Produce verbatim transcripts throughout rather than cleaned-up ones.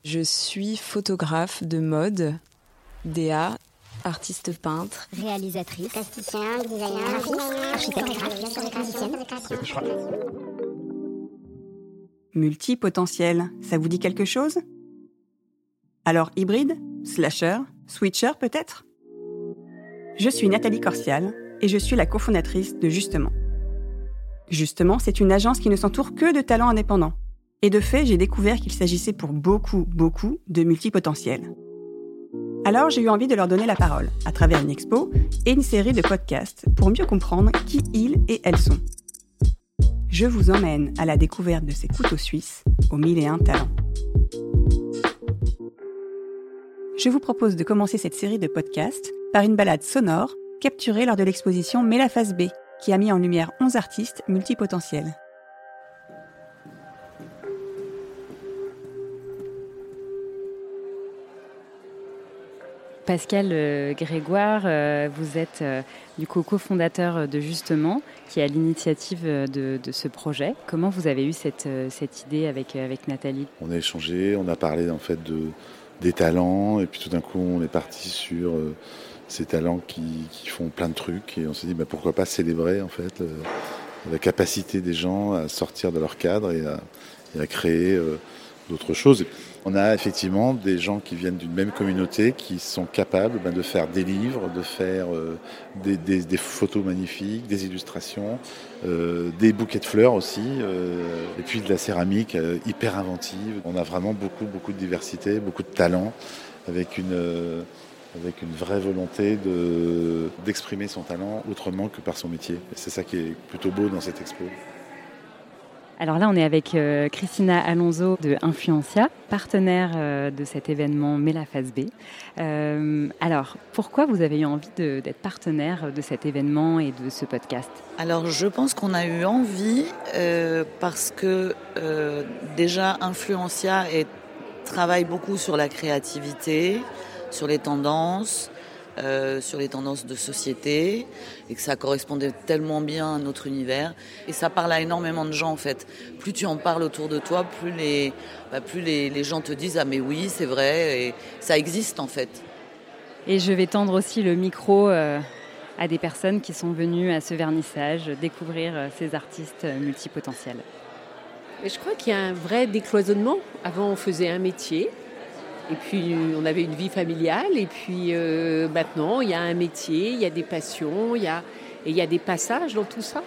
Je suis photographe de mode, D A, artiste peintre, réalisatrice, plasticien, designer, architecte, musicienne. Multipotentiel, ça vous dit quelque chose ? Alors hybride, slasher, switcher peut-être ? Je suis Nathalie Corsial et je suis la cofondatrice de Justement. Justement, c'est une agence qui ne s'entoure que de talents indépendants. Et de fait, j'ai découvert qu'il s'agissait pour beaucoup, beaucoup de multipotentiels. Alors j'ai eu envie de leur donner la parole à travers une expo et une série de podcasts pour mieux comprendre qui ils et elles sont. Je vous emmène à la découverte de ces couteaux suisses aux mille et un talents. Je vous propose de commencer cette série de podcasts par une balade sonore capturée lors de l'exposition Mélaphase B, qui a mis en lumière onze artistes multipotentiels. Pascal euh, Grégoire, euh, vous êtes euh, du coup cofondateur de Justement, qui est à l'initiative de, de ce projet. Comment vous avez eu cette, cette idée avec, avec Nathalie ? On a échangé, on a parlé en fait de, des talents, et puis tout d'un coup on est parti sur euh, ces talents qui, qui font plein de trucs, et on s'est dit bah, pourquoi pas célébrer en fait euh, la capacité des gens à sortir de leur cadre et à, et à créer euh, d'autres choses. On a effectivement des gens qui viennent d'une même communauté qui sont capables ben, de faire des livres, de faire euh, des, des, des photos magnifiques, des illustrations, euh, des bouquets de fleurs aussi, euh, et puis de la céramique euh, hyper inventive. On a vraiment beaucoup, beaucoup de diversité, beaucoup de talent, avec une, euh, avec une vraie volonté de, d'exprimer son talent autrement que par son métier. Et c'est ça qui est plutôt beau dans cette expo. Alors là, on est avec euh, Christina Alonso de Influencia, partenaire euh, de cet événement Mélaphase B. Euh, alors, pourquoi vous avez eu envie de, d'être partenaire de cet événement et de ce podcast ? Alors, je pense qu'on a eu envie euh, parce que euh, déjà Influencia est, travaille beaucoup sur la créativité, sur les tendances, Euh, sur les tendances de société, et que ça correspondait tellement bien à notre univers, et ça parle à énormément de gens en fait. Plus tu en parles autour de toi, plus les, bah, plus les, les gens te disent ah mais oui c'est vrai, et ça existe en fait. Et je vais tendre aussi le micro euh, à des personnes qui sont venues à ce vernissage découvrir euh, ces artistes multipotentiels. Et je crois qu'il y a un vrai décloisonnement. Avant on faisait un métier. Et puis, on avait une vie familiale. Et puis, euh, maintenant, il y a un métier, il y a des passions, il y a, et il y a des passages dans tout ça.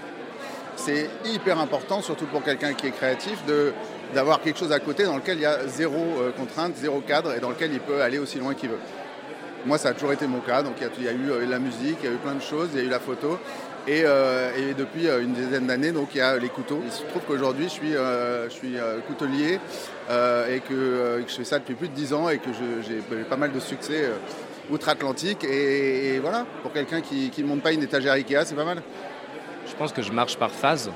C'est hyper important, surtout pour quelqu'un qui est créatif, de, d'avoir quelque chose à côté dans lequel il y a zéro euh, contrainte, zéro cadre, et dans lequel il peut aller aussi loin qu'il veut. Moi, ça a toujours été mon cas. Donc, il y a, il y a eu euh, la musique, il y a eu plein de choses, il y a eu la photo. Et, euh, et depuis euh, une dizaine d'années, donc, il y a les couteaux. Il se trouve qu'aujourd'hui, je suis, euh, je suis euh, coutelier euh, et que, euh, que je fais ça depuis plus de dix ans et que je, j'ai, j'ai pas mal de succès euh, outre-Atlantique. Et, et voilà, pour quelqu'un qui ne monte pas une étagère Ikea, c'est pas mal. Je pense que je marche par phase.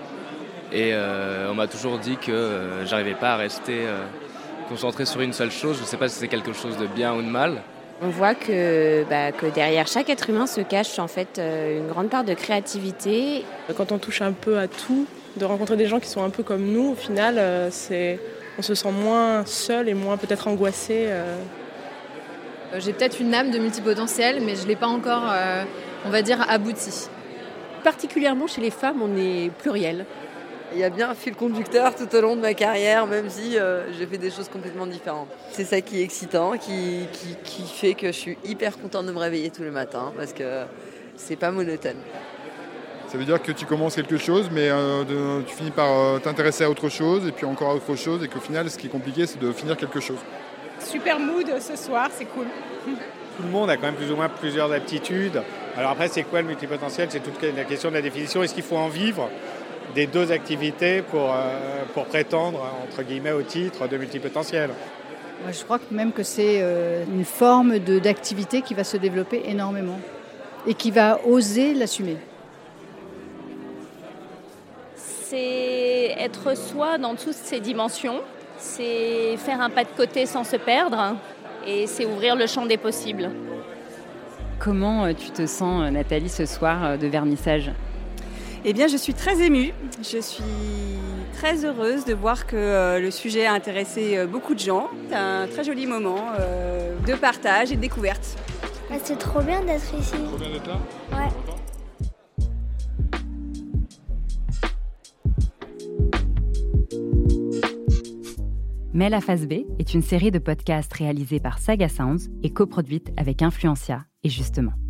Et euh, on m'a toujours dit que euh, j'arrivais pas à rester euh, concentré sur une seule chose. Je sais pas si c'est quelque chose de bien ou de mal. On voit que, bah, que derrière chaque être humain se cache en fait une grande part de créativité. Quand on touche un peu à tout, de rencontrer des gens qui sont un peu comme nous, au final, c'est, on se sent moins seul et moins peut-être angoissé. J'ai peut-être une âme de multipotentiel, mais je ne l'ai pas encore, euh, on va dire, aboutie. Particulièrement chez les femmes, on est pluriel. Il y a bien un fil conducteur tout au long de ma carrière, même si euh, j'ai fait des choses complètement différentes. C'est ça qui est excitant, qui, qui, qui fait que je suis hyper contente de me réveiller tous les matins, parce que c'est pas monotone. Ça veut dire que tu commences quelque chose, mais euh, de, tu finis par euh, t'intéresser à autre chose, et puis encore à autre chose, et qu'au final, ce qui est compliqué, c'est de finir quelque chose. Super mood ce soir, c'est cool. Tout le monde a quand même plus ou moins plusieurs aptitudes. Alors après, c'est quoi le multipotentiel ? C'est toute la question de la définition. Est-ce qu'il faut en vivre des deux activités pour, euh, pour prétendre, entre guillemets, au titre de multipotentiel. Moi, je crois que même que c'est euh, une forme de, d'activité qui va se développer énormément et qui va oser l'assumer. C'est être soi dans toutes ses dimensions, c'est faire un pas de côté sans se perdre et c'est ouvrir le champ des possibles. Comment tu te sens, Nathalie, ce soir de vernissage ? Eh bien, je suis très émue. Je suis très heureuse de voir que euh, le sujet a intéressé euh, beaucoup de gens. C'est un très joli moment euh, de partage et de découverte. Ah, c'est trop bien d'être ici. Trop bien d'être là ? Ouais. Mais la phase B est une série de podcasts réalisés par Saga Sounds et coproduite avec Influencia et Justement.